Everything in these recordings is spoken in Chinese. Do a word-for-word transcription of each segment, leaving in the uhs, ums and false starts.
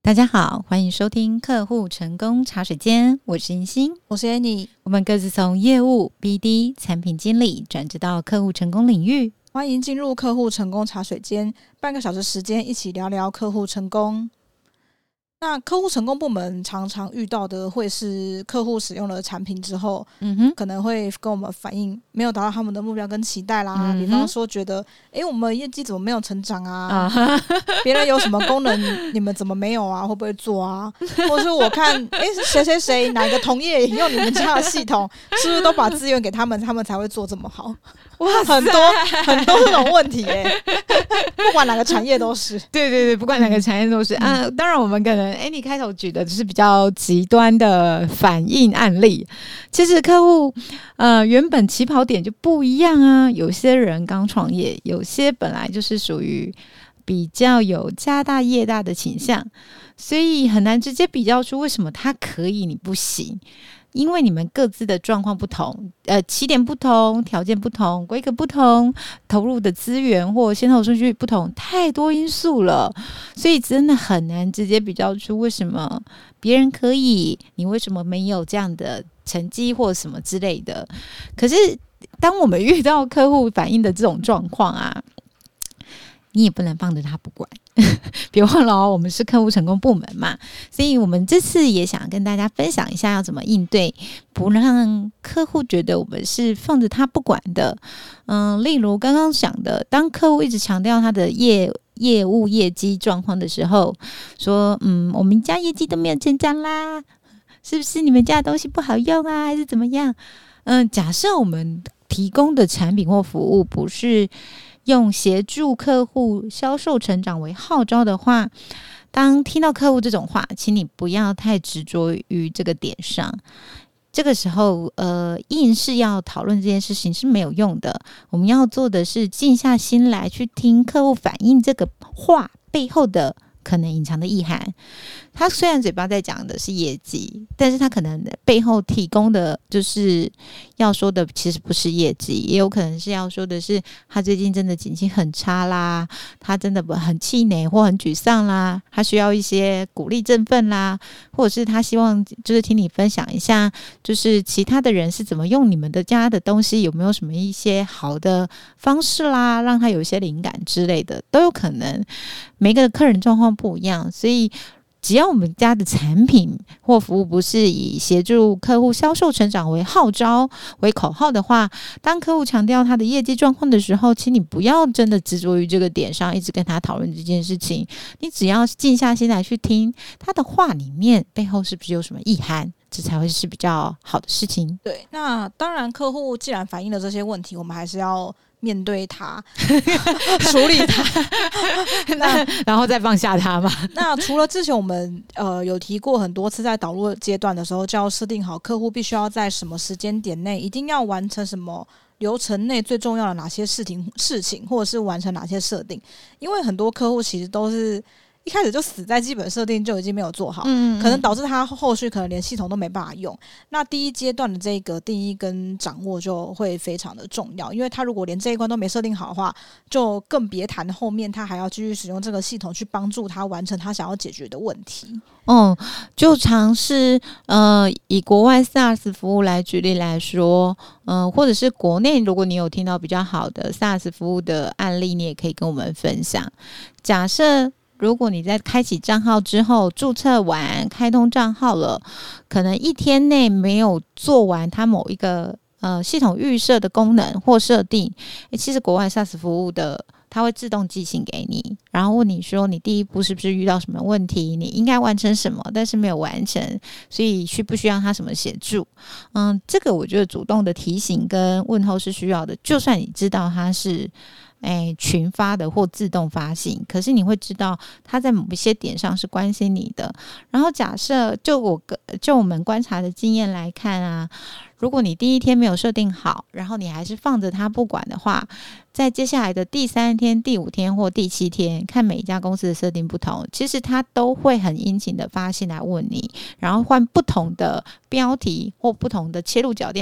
大家好，欢迎收听客户成功茶水间，我是银星， 我是 Annie， 我们各自从业务、B D、产品经理转职到客户成功领域， 欢迎进入客户成功茶水间，半个小时时间一起聊聊客户成功。那客户成功部门常常遇到的会是客户使用了产品之后，嗯哼，可能会跟我们反映没有达到他们的目标跟期待啦，嗯、比方说觉得诶我们业绩怎么没有成长啊，别、啊、人有什么功能你们怎么没有啊，会不会做啊，或是我看诶谁谁谁哪一个同业用你们家的系统是不是都把资源给他们他们才会做这么好，哇很多很多这种问题耶、欸、不管哪个产业都是， 对对对，不管哪个产业都是、嗯、啊。当然我们可能哎，你开头举的就是比较极端的反应案例。其实客户呃原本起跑点就不一样啊，有些人刚创业，有些本来就是属于比较有家大业大的倾向，所以很难直接比较出为什么他可以你不行。因为你们各自的状况不同，呃，起点不同，条件不同，规格不同，投入的资源或先后顺序不同，太多因素了，所以真的很难直接比较出为什么别人可以，你为什么没有这样的成绩或什么之类的。可是当我们遇到客户反映的这种状况啊，你也不能放着他不管。别忘了哦，我们是客户成功部门嘛，所以我们这次也想跟大家分享一下要怎么应对，不让客户觉得我们是放着他不管的。嗯，例如刚刚讲的，当客户一直强调他的业业务业绩状况的时候，说嗯，我们家业绩都没有成长啦，是不是你们家的东西不好用啊，还是怎么样？嗯，假设我们提供的产品或服务不是用协助客户销售成长为号召的话，当听到客户这种话，请你不要太执着于这个点上。这个时候呃，硬是要讨论这件事情是没有用的。我们要做的是静下心来去听客户反映这个话背后的可能隐藏的意涵。他虽然嘴巴在讲的是业绩，但是他可能背后提供的就是要说的其实不是业绩，也有可能是要说的是他最近真的景气很差啦，他真的很气馁或很沮丧啦，他需要一些鼓励振奋啦，或者是他希望就是听你分享一下就是其他的人是怎么用你们的家的东西，有没有什么一些好的方式啦，让他有一些灵感之类的都有可能。每个客人状况不一样，所以只要我们家的产品或服务不是以协助客户销售成长为号召为口号的话，当客户强调他的业绩状况的时候，请你不要真的执着于这个点上一直跟他讨论这件事情，你只要静下心来去听他的话里面背后是不是有什么意涵，这才会是比较好的事情。 对，那当然客户既然反映了这些问题，我们还是要面对它处理它那然后再放下它嘛。 那除了之前我们呃有提过很多次，在导入阶段的时候就要设定好客户必须要在什么时间点内一定要完成什么流程内最重要的哪些事情事情，或者是完成哪些设定。因为很多客户其实都是一开始就死在基本设定就已经没有做好，嗯嗯，可能导致他后续可能连系统都没办法用。那第一阶段的这个定义跟掌握就会非常的重要，因为他如果连这一关都没设定好的话，就更别谈后面他还要继续使用这个系统去帮助他完成他想要解决的问题。 嗯，就尝试呃，以国外 SaaS 服务来举例来说，嗯、呃，或者是国内，如果你有听到比较好的 SaaS 服务的案例，你也可以跟我们分享。假设如果你在开启账号之后注册完开通账号了，可能一天内没有做完它某一个呃系统预设的功能或设定，其实国外 SaaS 服务的它会自动寄信给你，然后问你说你第一步是不是遇到什么问题，你应该完成什么但是没有完成，所以需不需要他什么协助。嗯，这个我觉得主动的提醒跟问候是需要的，就算你知道它是哎，群发的或自动发信，可是你会知道他在某一些点上是关心你的。然后假设就我就我们观察的经验来看啊，如果你第一天没有设定好，然后你还是放着他不管的话，在接下来的第三天、第五天或第七天，看每一家公司的设定不同，其实他都会很殷勤的发信来问你，然后换不同的标题或不同的切入角点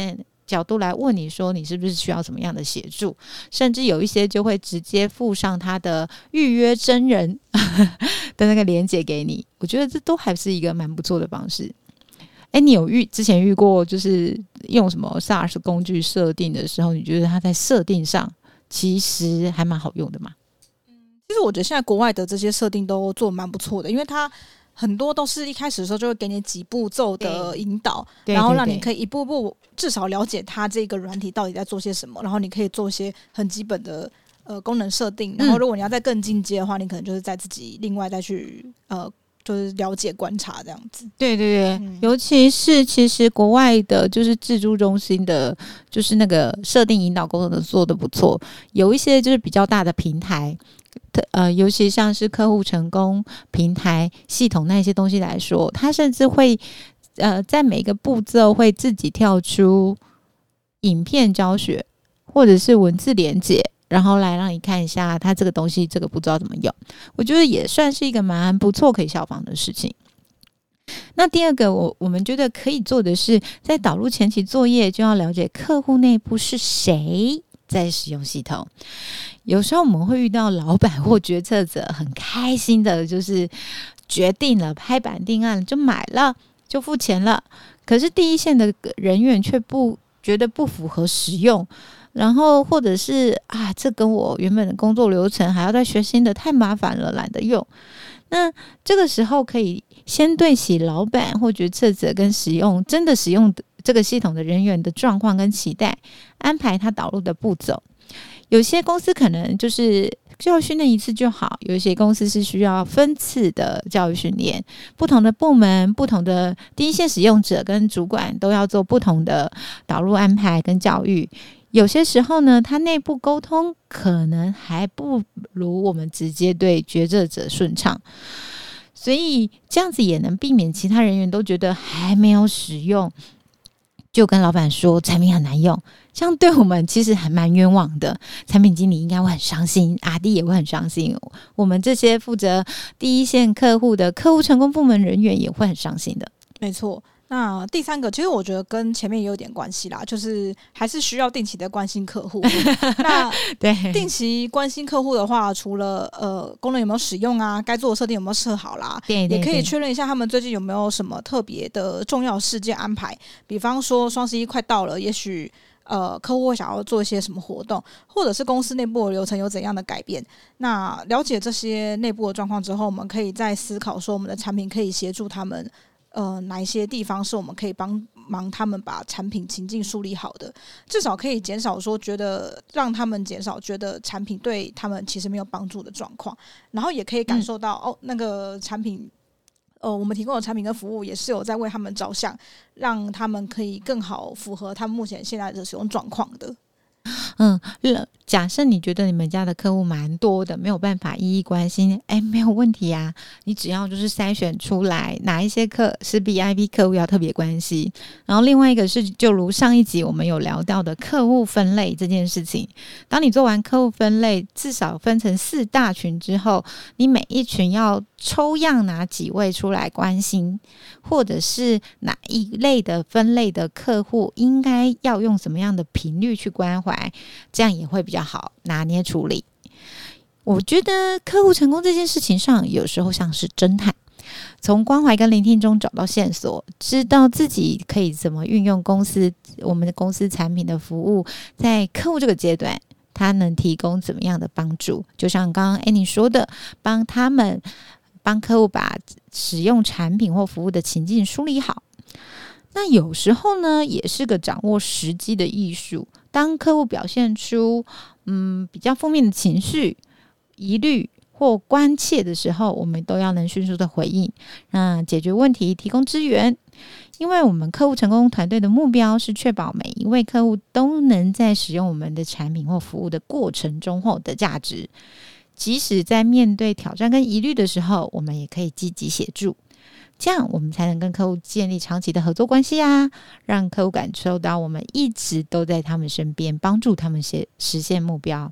角度来问你说你是不是需要什么样的协助，甚至有一些就会直接附上他的预约真人的那个连结给你，我觉得这都还是一个蛮不错的方式。哎，你有遇之前遇过就是用什么 S A R S 工具设定的时候，你觉得它在设定上其实还蛮好用的吗？ 其实我觉得现在国外的这些设定都做蛮不错的，因为它很多都是一开始的时候就会给你几步骤的引导，然后让你可以一步步至少了解它这个软体到底在做些什么，然后你可以做一些很基本的呃功能设定，然后如果你要再更进阶的话，你可能就是在自己另外再去呃就是了解观察这样子。 对对对、嗯、尤其是其实国外的就是自助中心的就是那个设定引导功能做得不错，有一些就是比较大的平台呃，尤其像是客户成功平台系统那些东西来说，它甚至会呃在每个步骤会自己跳出影片教学或者是文字连结，然后来让你看一下它这个东西这个步骤怎么用，我觉得也算是一个蛮不错可以效仿的事情。那第二个我我们觉得可以做的是，在导入前期作业就要了解客户内部是谁在使用系统。有时候我们会遇到老板或决策者很开心的就是决定了拍板定案就买了就付钱了，可是第一线的人员却不觉得不符合使用，然后或者是啊，这跟我原本的工作流程还要再学新的太麻烦了懒得用。那这个时候可以先对齐老板或决策者跟使用真的使用这个系统的人员的状况跟期待，安排他导入的步骤。有些公司可能就是教育训练一次就好，有一些公司是需要分次的教育训练，不同的部门不同的第一线使用者跟主管都要做不同的导入安排跟教育。有些时候呢，他内部沟通可能还不如我们直接对决策者顺畅，所以这样子也能避免其他人员都觉得还没有使用就跟老板说产品很难用，这样对我们其实还蛮冤枉的。产品经理应该会很伤心，阿弟也会很伤心，我们这些负责第一线客户的客户成功部门人员也会很伤心的。 没错。那第三个其实我觉得跟前面也有点关系啦，就是还是需要定期的关心客户。那对定期关心客户的话，除了呃功能有没有使用啊，该做的设定有没有设好啦，对对对，也可以确认一下他们最近有没有什么特别的重要事件安排，比方说双十一快到了，也许呃，客户会想要做一些什么活动，或者是公司内部的流程有怎样的改变。那了解这些内部的状况之后，我们可以再思考说我们的产品可以协助他们呃，哪一些地方是我们可以帮忙他们把产品情境梳理好的，至少可以减少说觉得让他们减少觉得产品对他们其实没有帮助的状况，然后也可以感受到、嗯、哦，那个产品呃，我们提供的产品跟服务也是有在为他们着想，让他们可以更好符合他们目前现在的使用状况的。 嗯，假设你觉得你们家的客户蛮多的，没有办法一一关心，哎，没有问题啊，你只要就是筛选出来哪一些客是 V I P 客户要特别关心，然后另外一个是就如上一集我们有聊到的客户分类这件事情，当你做完客户分类至少分成四大群之后，你每一群要抽样拿几位出来关心，或者是哪一类的分类的客户应该要用什么样的频率去关怀，这样也会比较好拿捏处理。我觉得客户成功这件事情上，有时候像是侦探，从关怀跟聆听中找到线索，知道自己可以怎么运用公司我们的公司产品的服务，在客户这个阶段他能提供怎么样的帮助。就像刚刚 Annie 说的，帮他们帮客户把使用产品或服务的情境梳理好。那有时候呢，也是个掌握时机的艺术。当客户表现出嗯比较负面的情绪、疑虑或关切的时候，我们都要能迅速的回应，那解决问题，提供支援。因为我们客户成功团队的目标是确保每一位客户都能在使用我们的产品或服务的过程中获得价值。即使在面对挑战跟疑虑的时候，我们也可以积极协助，这样我们才能跟客户建立长期的合作关系啊，让客户感受到我们一直都在他们身边，帮助他们实现目标。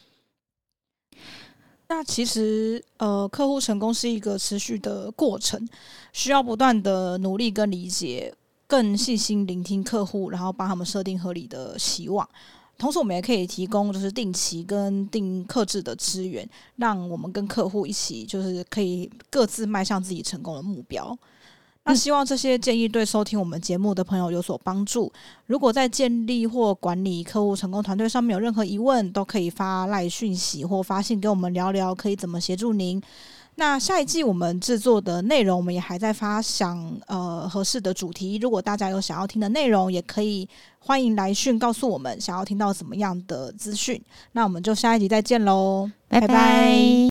那其实呃，客户成功是一个持续的过程，需要不断的努力跟理解更细心聆听客户，然后帮他们设定合理的期望。同时我们也可以提供就是定期跟定客制的资源，让我们跟客户一起就是可以各自迈向自己成功的目标。那希望这些建议对收听我们节目的朋友有所帮助。如果在建立或管理客户成功团队上面有任何疑问，都可以发赖讯息或发信给我们聊聊，可以怎么协助您。那下一季我们制作的内容，我们也还在发想呃合适的主题。如果大家有想要听的内容，也可以欢迎来讯告诉我们想要听到什么样的资讯。那我们就下一集再见喽， 拜拜。拜拜。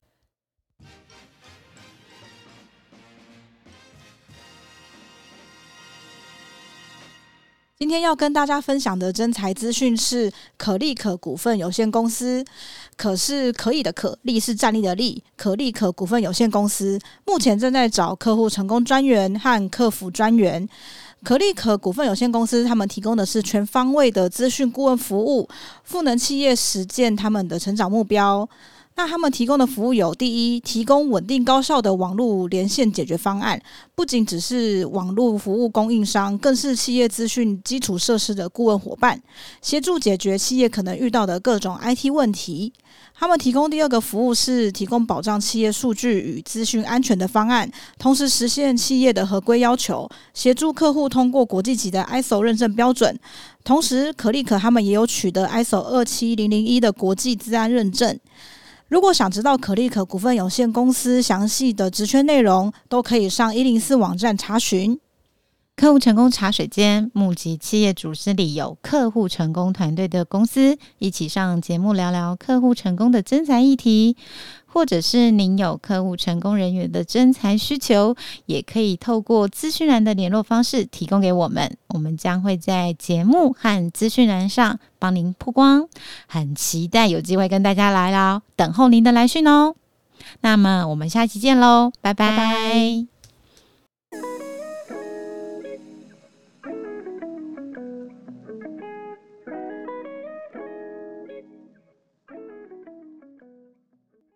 今天要跟大家分享的征才资讯是可立可股份有限公司。可是可以的可，立是站立的立，可立可股份有限公司目前正在找客户成功专员和客服专员。可立可股份有限公司他们提供的是全方位的资讯顾问服务，赋能企业实践他们的成长目标。那他们提供的服务有：第一，提供稳定高效的网络连线解决方案，不仅只是网络服务供应商，更是企业资讯基础设施的顾问伙伴，协助解决企业可能遇到的各种 I T 问题。他们提供第二个服务是提供保障企业数据与资讯安全的方案，同时实现企业的合规要求，协助客户通过国际级的 I S O 认证标准。同时可立可他们也有取得 I S O 二七零零一的国际资安认证。如果想知道可立可股份有限公司详细的职缺内容，都可以上一零四网站查询。 客户成功茶水间募集企业组织里有客户成功团队的公司，一起上节目聊聊客户成功的征才议题，或者是您有客户成功人员的征才需求，也可以透过资讯栏的联络方式提供给我们，我们将会在节目和资讯栏上帮您曝光，很期待有机会跟大家来聊，等候您的来讯哦。那么我们下期见喽，拜拜。拜拜。